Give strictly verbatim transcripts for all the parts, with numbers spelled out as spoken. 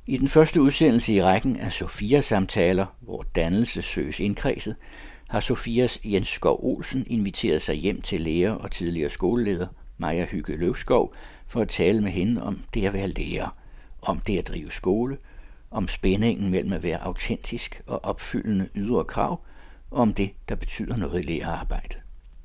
I den første udsendelse i rækken af Sofia-samtaler, hvor dannelse søges indkredset, har Sofias Jens Skov Olsen inviteret sig hjem til lærer og tidligere skoleleder Maja Hygge Løvskov for at tale med hende om det at være lærer, om det at drive skole, om spændingen mellem at være autentisk og opfyldende ydre krav, og om det, der betyder noget i lærerarbejdet.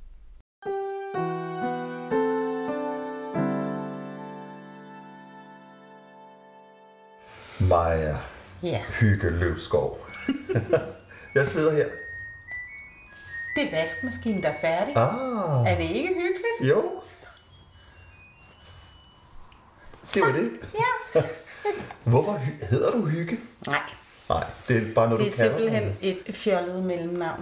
Maja Ja. Hygge Løvskov. Jeg sidder her. Det er vaskemaskinen, der er færdig. Ah, Er det ikke hyggeligt? jo. Det var det. Ja. Hvorfor hy- hedder du Hygge? Nej, Nej, det er bare noget, det er du kalder simpelthen et fjollet mellemnavn.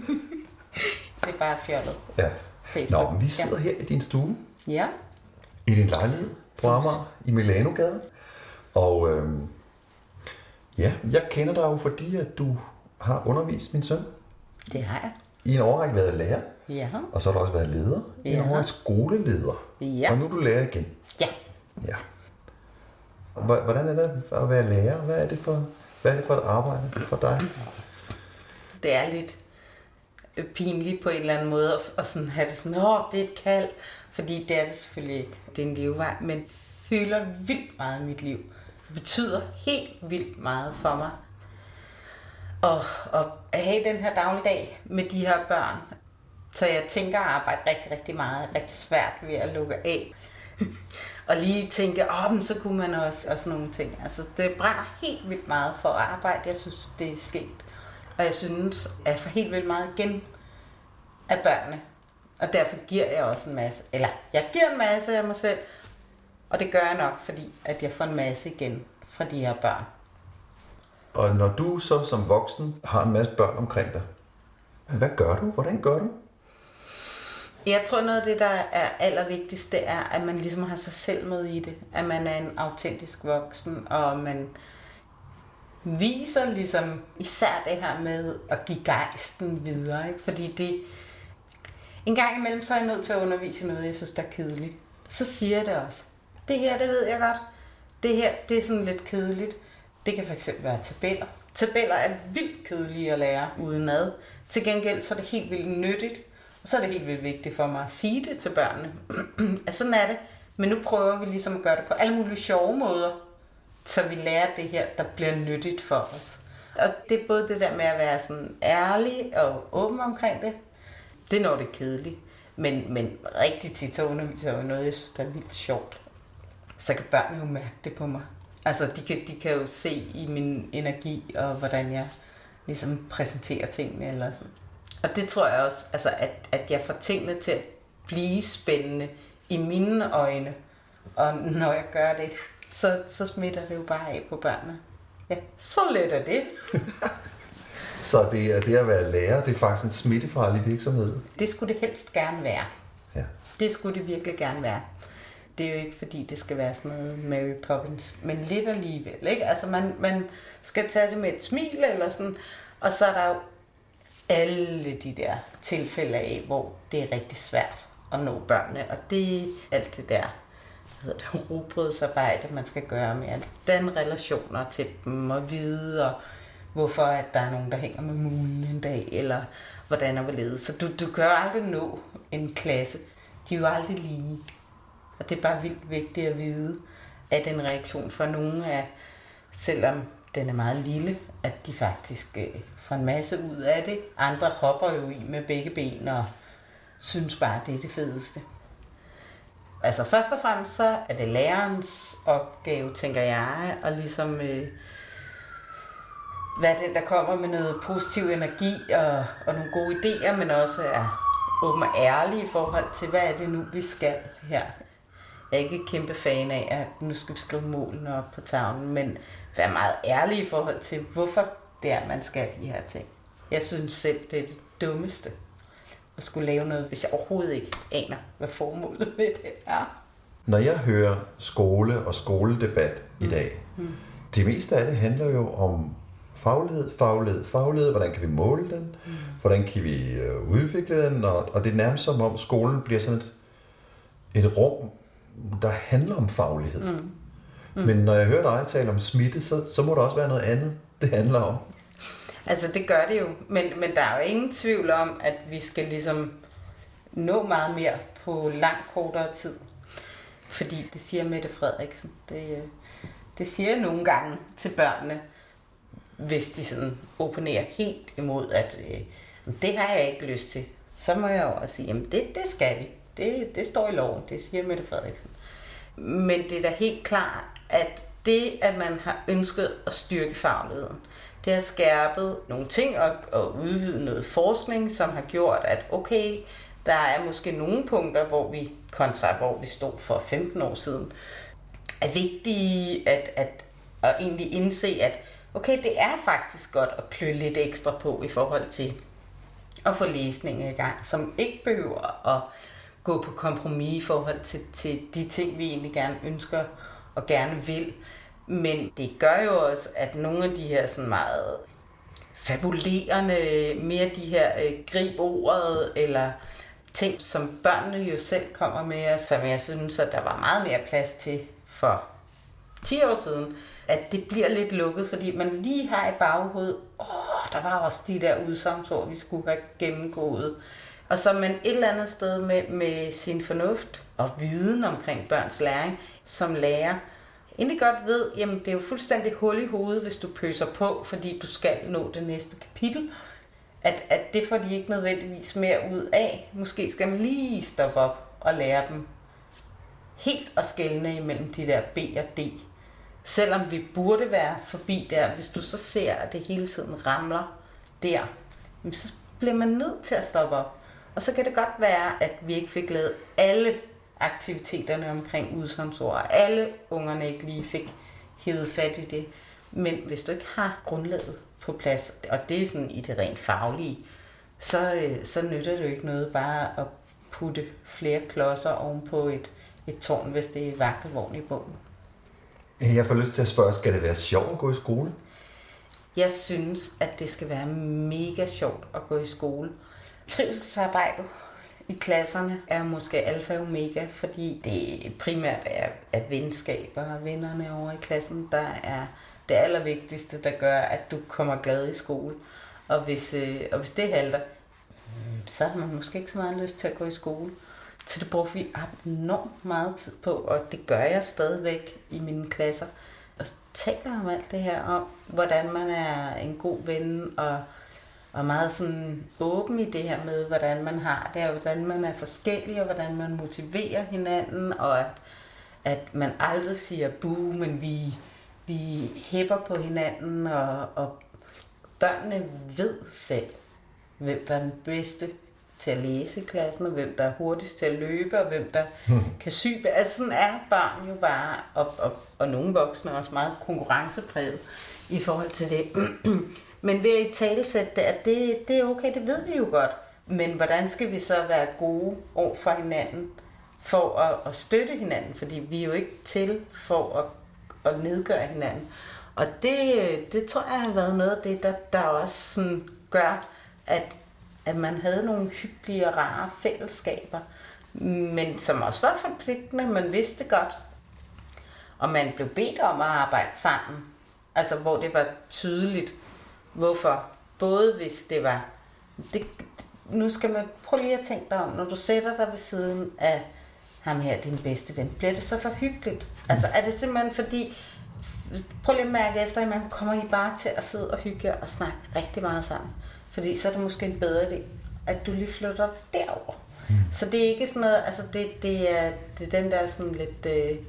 Det er bare fjollet. Ja. Facebook. Nå, men vi sidder her i din stue, Ja. i din lejlighed på Amager, i Milanogade. Og øhm, ja, jeg kender dig jo, fordi at du har undervist min søn. Det har jeg. I en årrække været lærer, Ja. og så har du også været leder. I en Ja. årrække skoleleder. Ja. Og nu er du lærer igen. Ja. Ja. H- Hvordan er det at være lærer? Hvad er det for, hvad er det for et arbejde for dig? Det er lidt pinligt på en eller anden måde at, at sådan have det sådan, åh, det er et kald. Fordi det er det selvfølgelig ikke. Det er en levevej, men fylder vildt meget i mit liv. Det betyder helt vildt meget for mig. Og, og at have den her dagligdag med de her børn. Så jeg tænker at arbejde rigtig, rigtig meget. Det er rigtig svært ved at lukke af. Og lige tænke, åh, men så kunne man også, og sådan nogle ting. Altså, det brænder helt vildt meget for at arbejde. Jeg synes, det er sket. Og jeg synes, at jeg får helt vildt meget igen af børnene. Og derfor giver jeg også en masse. Eller, jeg giver en masse af mig selv. Og det gør jeg nok, fordi at jeg får en masse igen fra de her børn. Og når du så som voksen har en masse børn omkring dig, hvad gør du? Hvordan gør du? Jeg tror, noget af det, der er allervigtigst, det er, at man ligesom har sig selv med i det. At man er en autentisk voksen, og man viser ligesom især det her med at give gejsten videre. Ikke? Fordi det, en gang imellem, så er jeg nødt til at undervise i noget, jeg synes, der er kedeligt. Så siger jeg det også. Det her, det ved jeg godt. Det her, det er sådan lidt kedeligt. Det kan fx være tabeller. Tabeller er vildt kedelige at lære udenad. Til gengæld så er det helt vildt nyttigt. Og så er det helt vildt vigtigt for mig at sige det til børnene. At sådan er det. Men nu prøver vi ligesom at gøre det på alle mulige sjove måder. Så vi lærer det her, der bliver nyttigt for os. Og det er både det der med at være sådan ærlig og åben omkring det. Det er når det er kedeligt. Men, men rigtig tit så underviser jeg jo noget, jeg synes, der er vildt sjovt. Så kan børnene jo mærke det på mig. Altså, de kan, de kan jo se i min energi, og hvordan jeg ligesom præsenterer tingene, eller sådan. Og det tror jeg også, altså, at, at jeg får tingene til at blive spændende i mine øjne. Og når jeg gør det, så, så smitter det jo bare af på børnene. Ja, så let er det. Så det, er, det at være lærer, det er faktisk en smittefarlig virksomhed? Det skulle det helst gerne være. Ja. Det skulle det virkelig gerne være. Det er jo ikke fordi, det skal være sådan noget Mary Poppins, men lidt alligevel, ikke? Altså, man, man skal tage det med et smil eller sådan, og så er der jo alle de der tilfælde af, hvor det er rigtig svært at nå børnene, og det er alt det der, hvad hedder det, rugbrødsarbejde, man skal gøre med at danne relationer til dem, og vide, og hvorfor at der er nogen, der hænger med mulen en dag, eller hvordan og hvorledes. Så du, du kan jo aldrig nå en klasse. De er jo aldrig lige. Og det er bare vildt vigtigt at vide, at en reaktion fra nogen er, selvom den er meget lille, at de faktisk øh, får en masse ud af det. Andre hopper jo i med begge ben og synes bare, det er det fedeste. Altså først og fremmest så er det lærerens opgave, tænker jeg, at ligesom øh, være den, der kommer med noget positiv energi og, og nogle gode idéer, men også er åben og ærlig i forhold til, hvad er det nu, vi skal her. Jeg er ikke et kæmpe fan af, at nu skal vi skrive målene op på tavlen, men være meget ærlig i forhold til, hvorfor det er, man skal de her ting. Jeg synes selv, det er det dummeste at skulle lave noget, hvis jeg overhovedet ikke aner, hvad formålet med det er. Når jeg hører skole og skoledebat i dag, mm. det meste af det handler jo om faglighed, faglighed, faglighed. Hvordan kan vi måle den? Mm. Hvordan kan vi øh, udvikle den? Og, og det er nærmest som om skolen bliver sådan et, et rum, der handler om faglighed. Mm. Mm. Men når jeg hører dig tale om smitte, så, så må der også være noget andet, det handler om. Altså det gør det jo, men, men der er jo ingen tvivl om, at vi skal ligesom nå meget mere på langt kortere tid. Fordi det siger Mette Frederiksen. Det, det siger jeg nogle gange til børnene, hvis de sådan opponerer helt imod, at øh, det har jeg ikke lyst til. Så må jeg jo også sige, jamen det, det skal vi. Det, det står i loven, det siger Mette Frederiksen. Men det er da helt klart, at det, at man har ønsket at styrke fagligheden, det har skærpet nogle ting og, og udvidet noget forskning, som har gjort, at okay, der er måske nogle punkter, hvor vi, kontra hvor vi stod for femten år siden, er vigtige at, at, at egentlig indse, at okay, det er faktisk godt at klø lidt ekstra på i forhold til at få læsning i gang, som ikke behøver at gå på kompromis i forhold til, til de ting, vi egentlig gerne ønsker og gerne vil. Men det gør jo også, at nogle af de her sådan meget fabulerende, mere de her øh, grib ordet, eller ting, som børnene jo selv kommer med, som jeg synes, at der var meget mere plads til for ti år siden, at det bliver lidt lukket, fordi man lige har i baghovedet, åh, der var også de der udsagnsord, vi skulle have gennemgået. Og så man et eller andet sted med, med sin fornuft og viden omkring børns læring, som lærer, egentlig godt ved, jamen det er jo fuldstændig hul i hovedet, hvis du pøser på, fordi du skal nå det næste kapitel. At, at det får de ikke nødvendigvis mere ud af. Måske skal man lige stoppe op og lære dem helt at skelne imellem de der B og D. Selvom vi burde være forbi der, hvis du så ser, at det hele tiden ramler der, så bliver man nødt til at stoppe op. Og så kan det godt være, at vi ikke fik lavet alle aktiviteterne omkring udsagnsord, og alle ungerne ikke lige fik hævet fat i det. Men hvis du ikke har grundlaget på plads, og det er sådan i det rent faglige, så, så nytter det jo ikke noget bare at putte flere klodser ovenpå et, et tårn, hvis det er vagtevogn i bunden. Jeg får lyst til at spørge, skal det være sjovt at gå i skole? Jeg synes, at det skal være mega sjovt at gå i skole. Trivselsarbejdet i klasserne er måske alfa og omega, fordi det primært er, er venskaber og vennerne over i klassen, der er det allervigtigste, der gør, at du kommer glad i skole. Og hvis, øh, og hvis det halter, så har man måske ikke så meget lyst til at gå i skole. Så det bruger vi enormt meget tid på, og det gør jeg stadigvæk i mine klasser. Og taler om alt det her om, hvordan man er en god ven, og, og meget sådan åben i det her med, hvordan man har det, og hvordan man er forskellig, og hvordan man motiverer hinanden, og at, at man aldrig siger buh, men vi, vi hæpper på hinanden, og, og børnene ved selv, hvem der er den bedste til at læse i klassen, og hvem der er hurtigst til at løbe, og hvem der hmm. kan sy. Altså sådan er børn jo bare, og, og, og nogle voksne også meget konkurrencepræget i forhold til det. Men ved at italesætte det, at det, det er okay, det ved vi jo godt. Men hvordan skal vi så være gode over for hinanden, for at, at støtte hinanden? Fordi vi er jo ikke til for at, at nedgøre hinanden. Og det, det tror jeg har været noget af det, der, der også sådan gør, at at man havde nogle hyggelige og rare fællesskaber, men som også var forpligtende, man vidste godt. Og man blev bedt om at arbejde sammen, altså hvor det var tydeligt, hvorfor. Både hvis det var, det, nu skal man prøve lige at tænke dig om, når du sætter dig ved siden af ham her, din bedste ven, bliver det så for hyggeligt? Altså er det simpelthen fordi, prøv lige at mærke efter, at man kommer I bare til at sidde og hygge og snakke rigtig meget sammen. Fordi så er det måske en bedre idé, at du lige flytter derover. Mm. Så det er ikke sådan noget, altså det, det, er, det er den der sådan lidt øh,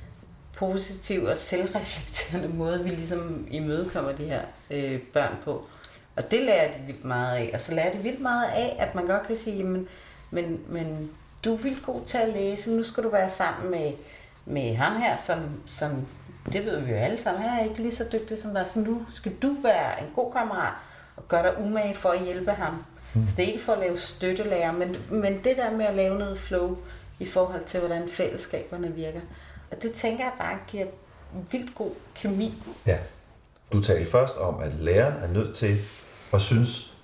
positiv og selvreflekterende måde, vi ligesom imødekommer de her øh, børn på. Og det lærer de vildt meget af. Og så lærer de vildt meget af, at man godt kan sige, men, men, men du er vildt god til at læse, nu skal du være sammen med, med ham her, som, som, det ved vi jo alle sammen, han er ikke lige så dygtig som dig, så nu skal du være en god kammerat, og gør dig umage for at hjælpe ham. Mm. Så det er ikke for at lave støttelærer, men, men det der med at lave noget flow i forhold til, hvordan fællesskaberne virker. Og det tænker jeg bare giver vildt god kemi. Ja. Du talte først om, at læreren er nødt til at synes,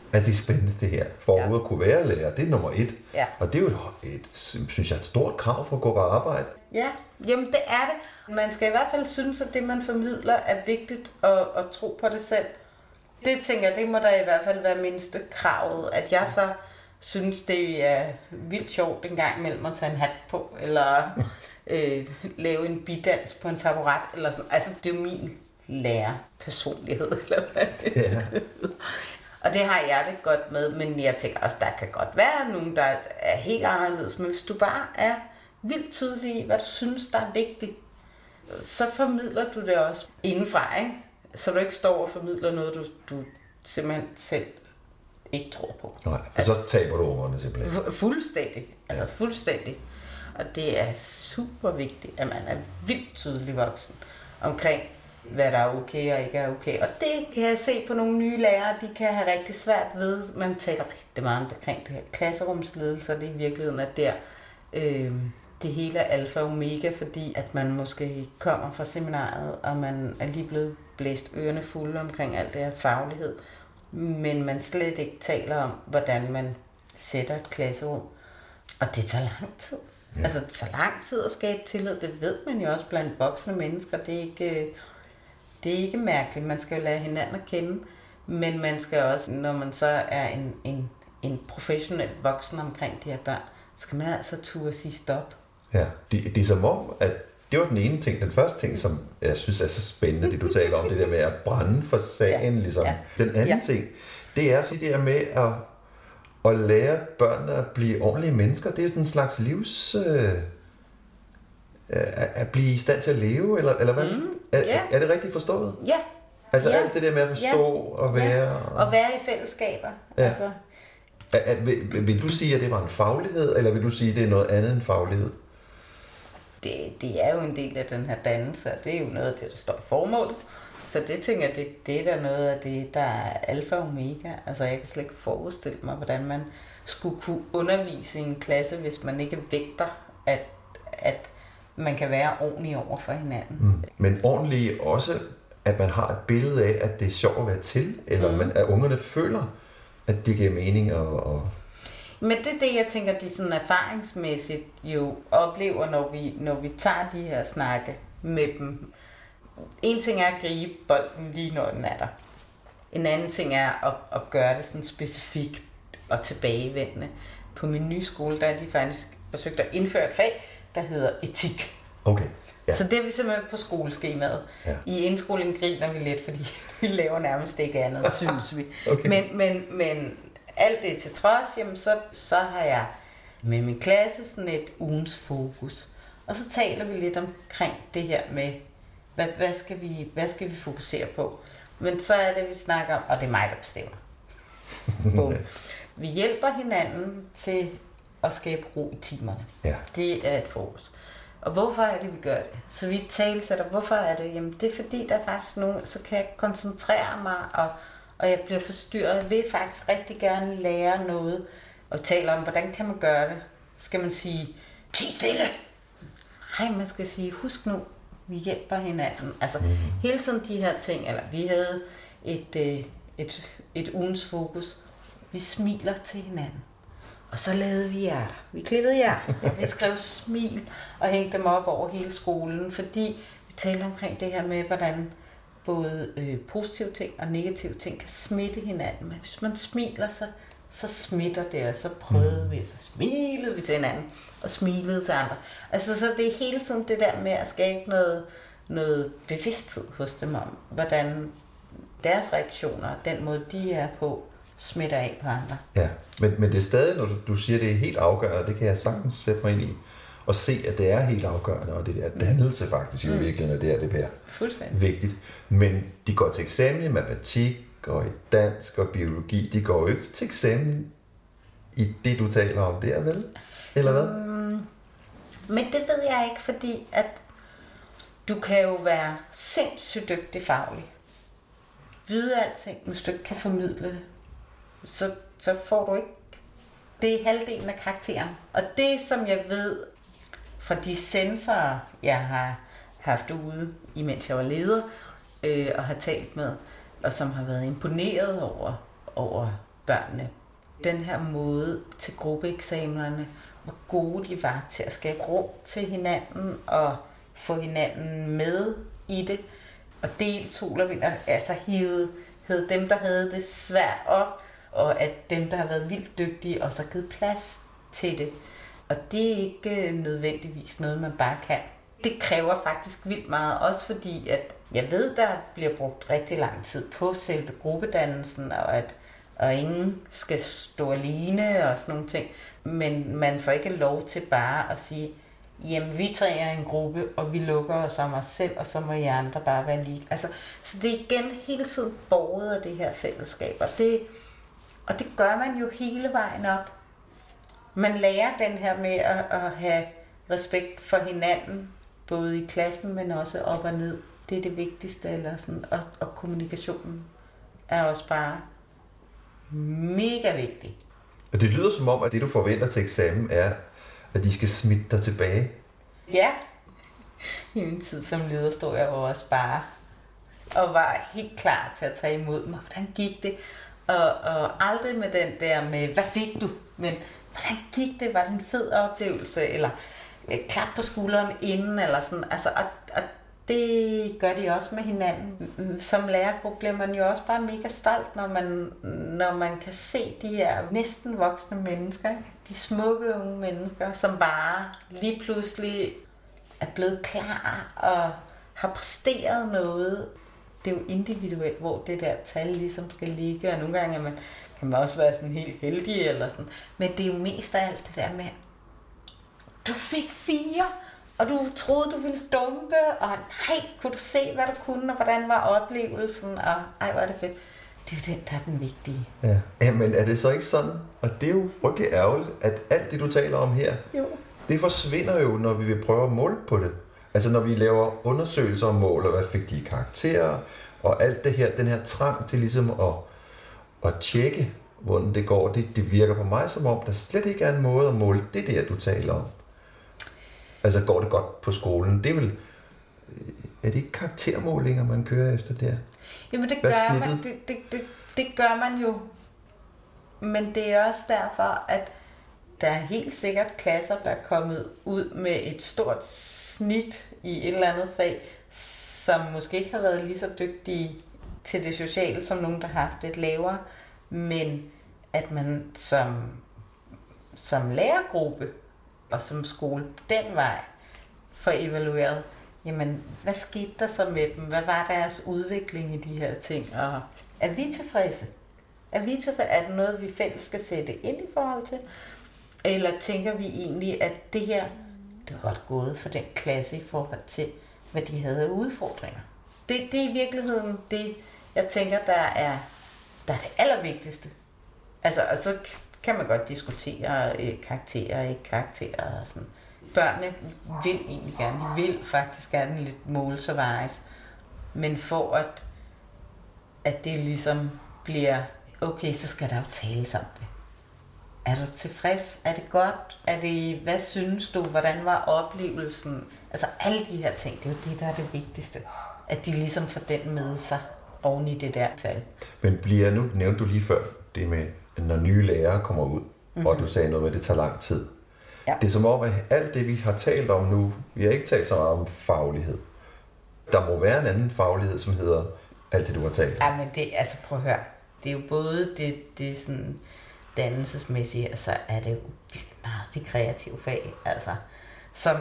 at det er spændende det her, for ja. at kunne være lærer. Det er nummer et. Ja. Og det er jo et, et, synes jeg, et stort krav for at gå på arbejde. Ja, jamen det er det. Man skal i hvert fald synes, at det, man formidler, er vigtigt at, at tro på det selv. Det tænker jeg, det må der i hvert fald være mindste kravet, at jeg så synes, det er vildt sjovt en gang imellem at tage en hat på, eller øh, lave en bidans på en taburet, eller sådan. Altså, det er jo min lærerpersonlighed, eller hvad det ja. Og det har jeg det godt med, men jeg tænker også, der kan godt være nogen, der er helt anderledes, men hvis du bare er vildt tydelig i, hvad du synes, der er vigtigt, så formidler du det også indenfra, ikke? Så du ikke står og formidler noget, du, du simpelthen selv ikke tror på. Nej, og så taber du ungerne simpelthen. Fu- fuldstændig, altså ja. fuldstændig. Og det er super vigtigt, at man er vildt tydelig voksen omkring, hvad der er okay og ikke er okay. Og det kan jeg se på nogle nye lærere, de kan have rigtig svært ved. Man taler rigtig meget om det omkring det her klasserumsledelse, og det i virkeligheden er der, øh, det hele er alfa og omega, fordi at man måske kommer fra seminariet, og man er lige blevet blæst ørerne fulde omkring alt det her faglighed, men man slet ikke taler om, hvordan man sætter et klasserum. Og det tager lang tid. Ja. Altså, det tager lang tid at skabe tillid. Det ved man jo også blandt voksne mennesker. Det er ikke, det er ikke mærkeligt. Man skal jo lære hinanden at kende. Men man skal også, når man så er en, en, en professionel voksen omkring de her børn, skal man altså turde sige stop. Ja, det, det er som om, at det var den ene ting. Den første ting, som jeg synes er så spændende, det du taler om, det der med at brænde for sagen. Ja. Ligesom. Ja. Den anden ja. ting, det er så det der med at, at lære børnene at blive ordentlige mennesker. Det er sådan en slags livs... Øh, at blive i stand til at leve, eller, eller hvad? Mm. Er, yeah. er det rigtigt forstået? Ja. Altså yeah. alt det der med at forstå yeah. og være... Yeah. Og være i fællesskaber. Ja. Altså. Er, er, vil, vil du sige, at det var en faglighed, eller vil du sige, at det er noget andet end faglighed? Det, det er jo en del af den her dannelse, og det er jo noget af det, der står i formålet. Så det tænker jeg, det, det er da noget af det, der er alfa og omega. Altså jeg kan slet ikke forestille mig, hvordan man skulle kunne undervise i en klasse, hvis man ikke vægter, at, at man kan være ordentlig over for hinanden. Mm. Men ordentlig også, at man har et billede af, at det er sjovt at være til, eller mm. man, at ungerne føler, at det giver mening. Og, og... Men det er det, jeg tænker, de sådan erfaringsmæssigt jo oplever, når vi, når vi tager de her snakke med dem. En ting er at gribe bolden lige når den er der. En anden ting er at, at gøre det sådan specifikt og tilbagevendende. På min nye skole, der er de faktisk forsøgt at indføre et fag, der hedder etik. Okay. Ja. Så det er vi simpelthen på skoleskemaet. Ja. I indskolingen griner vi lidt, fordi vi laver nærmest ikke andet, synes vi. Okay. Men, men, men alt det til trods, jamen så, så har jeg med min klasse sådan et ugens fokus. Og så taler vi lidt omkring det her med, hvad, hvad, skal vi, hvad skal vi fokusere på? Men så er det, vi snakker om, og det er mig, der bestemmer. Bum. Vi hjælper hinanden til at skabe ro i timerne. Ja. Det er et fokus. Og hvorfor er det, vi gør det? Så vi talsætter, hvorfor er det? Jamen det er fordi, der er faktisk nogen, så kan jeg koncentrere mig, og, og jeg bliver forstyrret. Jeg vil faktisk rigtig gerne lære noget, og tale om, hvordan kan man gøre det? Skal man sige, ti stille? Nej, man skal sige, husk nu, vi hjælper hinanden. Altså mm-hmm. hele tiden de her ting, eller vi havde et, et, et, et ugens fokus. Vi smiler til hinanden. Og så lavede vi hjerter. Vi klippede hjerter, og vi skrev smil og hængte dem op over hele skolen, fordi vi talte omkring det her med, hvordan både øh, positive ting og negative ting kan smitte hinanden. Men hvis man smiler, så, så smitter det, og så prøvede vi, så smilede vi til hinanden, og smilede til andre. Altså så det er hele tiden det der med at skabe noget, noget bevidsthed hos dem om, hvordan deres reaktioner, den måde de er på, smitter af på andre. Ja, men, men det er stadig, når du, du siger, det er helt afgørende, det kan jeg sagtens sætte mig ind i, og se, at det er helt afgørende, og det er dannelse faktisk i mm. virkeligheden, det er det bliver vigtigt. Men de går til eksamen i matematik, og i dansk og biologi, de går jo ikke til eksamen i det, du taler om der, vel? Eller hvad? Mm, men det ved jeg ikke, fordi at du kan jo være sindssygt dygtig faglig. Vide alting, hvis du ikke kan formidle det. Så, så får du ikke... Det er halvdelen af karakteren. Og det, som jeg ved fra de sensorer, jeg har haft ude, imens jeg var leder, øh, og har talt med, og som har været imponeret over, over børnene. Den her måde til gruppeeksamenerne, hvor gode de var til at skabe rum til hinanden og få hinanden med i det. Og delt sol og vind, altså hævede, hævede dem, der havde det svært op, og at dem, der har været vildt dygtige, også har givet plads til det. Og det er ikke nødvendigvis noget, man bare kan. Det kræver faktisk vildt meget, også fordi, at jeg ved, der bliver brugt rigtig lang tid på selve gruppedannelsen, og at og ingen skal stå alene og sådan nogle ting. Men man får ikke lov til bare at sige, jamen vi tre er en gruppe, og vi lukker os om os selv, og så må I andre bare være lige. Altså, så det er igen hele tiden båret af det her fællesskab, og det, og det gør man jo hele vejen op. Man lærer den her med at, at have respekt for hinanden, både i klassen, men også op og ned. Det er det vigtigste, eller sådan, og, og kommunikationen er også bare mega vigtig. Og det lyder som om, at det du forventer til eksamen er, at de skal smitte dig tilbage. Ja. I min tid som leder stod jeg også bare og var helt klar til at tage imod mig. Hvordan gik det? Og, og aldrig med den der med, hvad fik du? Men hvordan gik det? Var det en fed oplevelse? Eller klap på skulderen inden? Eller sådan. Altså, og, og det gør de også med hinanden. Som lærergruppe bliver man jo også bare mega stolt, når man, når man kan se de her næsten voksne mennesker, ikke? De smukke unge mennesker, som bare lige pludselig er blevet klar og har præsteret noget. Det er jo individuelt, hvor det der tal ligesom skal ligge, og nogle gange man, kan man også være sådan helt heldig eller sådan. Men det er jo mest af alt det der med, du fik fire, og du troede, du ville dumpe, og nej, kunne du se, hvad du kunne, og hvordan var oplevelsen, og ej, hvor er det fedt. Det er jo den, der er den vigtige. Ja. Ja, men er det så ikke sådan, og det er jo frygtelig ærgerligt, at alt det, du taler om her, jo. Det forsvinder jo, når vi vil prøve at måle på det. Altså når vi laver undersøgelser og måler, hvad fik de karakterer, og alt det her, den her trang til ligesom at, at tjekke, hvordan det går, det, det virker på mig som om, der slet ikke er en måde at måle det der, du taler om. Altså går det godt på skolen? Det er vel, er det ikke karaktermålinger, man kører efter der? Jamen det gør, man, det, det, det, det gør man jo. Men det er også derfor, at der er helt sikkert klasser, der er kommet ud med et stort snit i et eller andet fag, som måske ikke har været lige så dygtige til det sociale, som nogen, der har haft et lavere. Men at man som, som lærergruppe og som skole den vej får evalueret, jamen, hvad skete der så med dem? Hvad var deres udvikling i de her ting? Og er vi tilfredse? Er vi tilfredse? Er det noget, vi fælles skal sætte ind i forhold til? Eller tænker vi egentlig, at det her, det var godt gået for den klasse i forhold til, hvad de havde af udfordringer? Det, det er i virkeligheden det, jeg tænker, der er, der er det allervigtigste. Altså, og så kan man godt diskutere øh, karakterer og ikke karakterer og sådan. Børnene vil egentlig gerne, de vil faktisk gerne lidt måles og vejes. Men for at, at det ligesom bliver, okay, så skal der jo tales om det. Er du tilfreds? Er det godt? Er det, hvad synes du? Hvordan var oplevelsen? Altså alle de her ting, det er jo det, der er det vigtigste. At de ligesom får den med sig oven i det der tal. Men bliver, nu nævnte du lige før, det med, når nye lærere kommer ud, mm-hmm. og du sagde noget med, at det tager lang tid. Ja. Det er som om, at alt det, vi har talt om nu, vi har ikke talt så meget om faglighed. Der må være en anden faglighed, som hedder alt det, du har talt om. Ja, men det, altså prøv at høre. Det er jo både det, det sådan dannelsesmæssige, og så er det jo vildt meget de kreative fag, altså, som,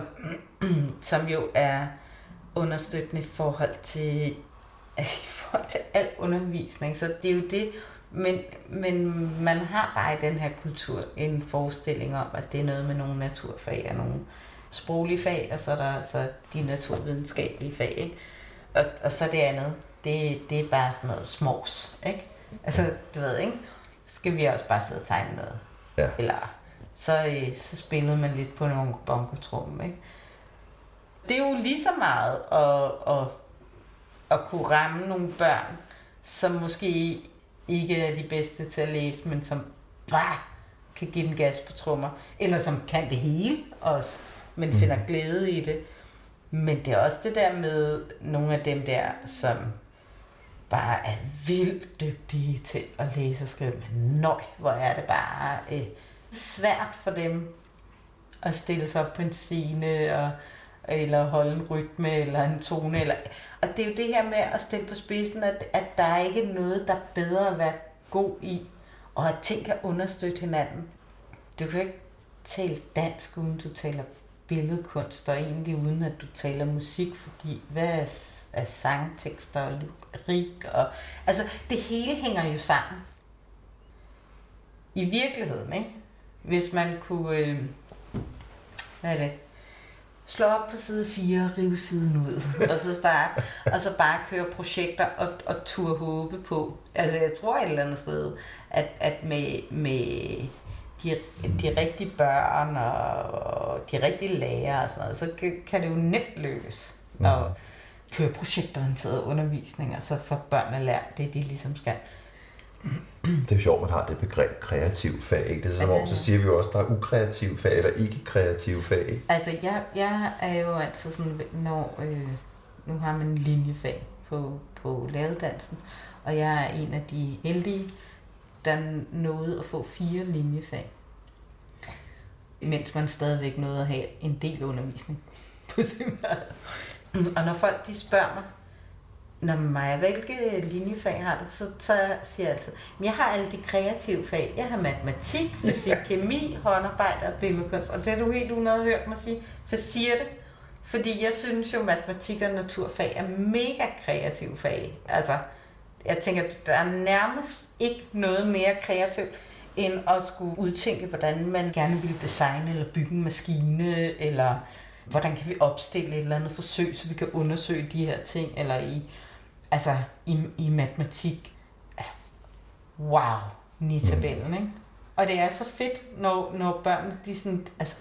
som jo er understøttende i forhold til, altså, i forhold til al undervisning. Så det er jo det, men, men man har bare i den her kultur en forestilling om, at det er noget med nogle naturfag og nogle sproglige fag, og så er der så de naturvidenskabelige fag, ikke? Og, og så det andet, det, det er bare sådan noget smås, ikke? Altså, du ved, ikke? Skal vi også bare sidde og tegne noget. Ja. Eller så, så spillede man lidt på nogle bongotrum, ikke? Det er jo lige så meget at, at, at kunne ramme nogle børn, som måske ikke er de bedste til at læse, men som bare kan give den gas på trommer, eller som kan det hele også, men mm. finder glæde i det. Men det er også det der med nogle af dem der, som bare er vildt dygtige til at læse og skrive, men nøj, hvor er det bare øh, svært for dem at stille sig op på en scene, og, eller holde en rytme, eller en tone. Eller, og det er jo det her med at stille på spidsen, at, at der er ikke noget, der er bedre at være god i, og at ting kan understøtte hinanden. Du kan ikke tale dansk, uden du taler billedkunst, og egentlig uden at du taler musik, fordi hvad er, er sangtekster og lyrik, og altså det hele hænger jo sammen. I virkeligheden, ikke? Hvis man kunne, øh, hvad er det, slå op på side fire og rive siden ud, og så starte, og så bare køre projekter og, og turde håbe på. Altså jeg tror et eller andet sted, at, at med, med de, de rigtige børn og de rigtige lærere og sådan noget, så kan det jo nemt lykkes mm. at køre projektorienteret undervisning, og så får børnene lært det, de ligesom skal. Det er jo sjovt, man har det begreb kreativ fag, ikke? Det er som om, så siger vi jo også, at der er ukreative fag eller ikke kreative fag, ikke? Altså, jeg, jeg er jo altid sådan, når øh, nu har man linjefag på, på læreruddannelsen, og jeg er en af de heldige, der nåede at få fire linjefag, mens man stadigvæk nåede at have en del undervisning på seminariet. Og når folk de spørger mig, Nå, Maja, hvilke linjefag har du? Så, så siger jeg altid, jeg har alle de kreative fag. Jeg har matematik, fysik, kemi, håndarbejde og billedkunst. Og det er du helt uden at hørt mig sige. For siger det, fordi jeg synes jo, matematik og naturfag er mega kreative fag. Altså, jeg tænker, der er nærmest ikke noget mere kreativt, end at skulle udtænke, hvordan man gerne vil designe eller bygge en maskine, eller hvordan kan vi opstille et eller andet forsøg, så vi kan undersøge de her ting, eller i Altså, i, i matematik, altså, wow, ni tabellen, ikke? Og det er så fedt, når, når børnene, de sådan, altså,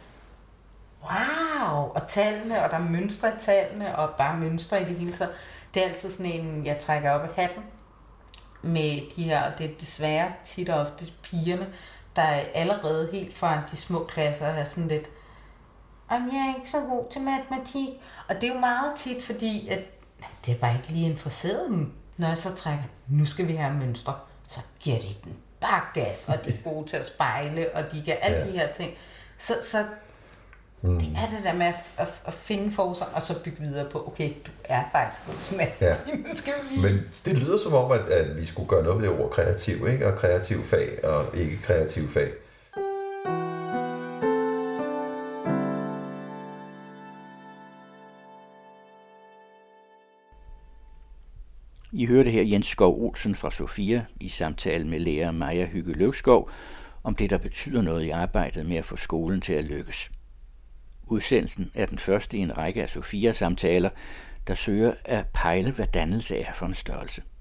wow, og tallene, og der er mønstre i tallene, og bare mønstre i det hele taget. Det er altid sådan en, jeg trækker op af hatten med de her, og det er desværre tit og ofte pigerne, der er allerede helt fra de små klasser, er sådan lidt, jamen, jeg er ikke så god til matematik. Og det er jo meget tit, fordi at det er bare ikke lige interesseret dem. Når jeg så trækker, nu skal vi have mønstre, så giver de den bare gas, og de er gode til at spejle, og de kan alle ja. de her ting. Så, så mm. det er det der med at, at, at finde forsøg, og så bygge videre på, okay, du er faktisk god til matematik, ja. nu skal vi lige. Men det lyder som om, at, at vi skulle gøre noget ved det ord kreativ, ikke? Og kreativ fag, og ikke kreativ fag. I hørte her Jens Skov Olsen fra Sofia i samtale med lærer Maja Hygge Løvskov om det, der betyder noget i arbejdet med at få skolen til at lykkes. Udsendelsen er den første i en række af Sofia-samtaler, der søger at pejle, hvad dannelse er for en størrelse.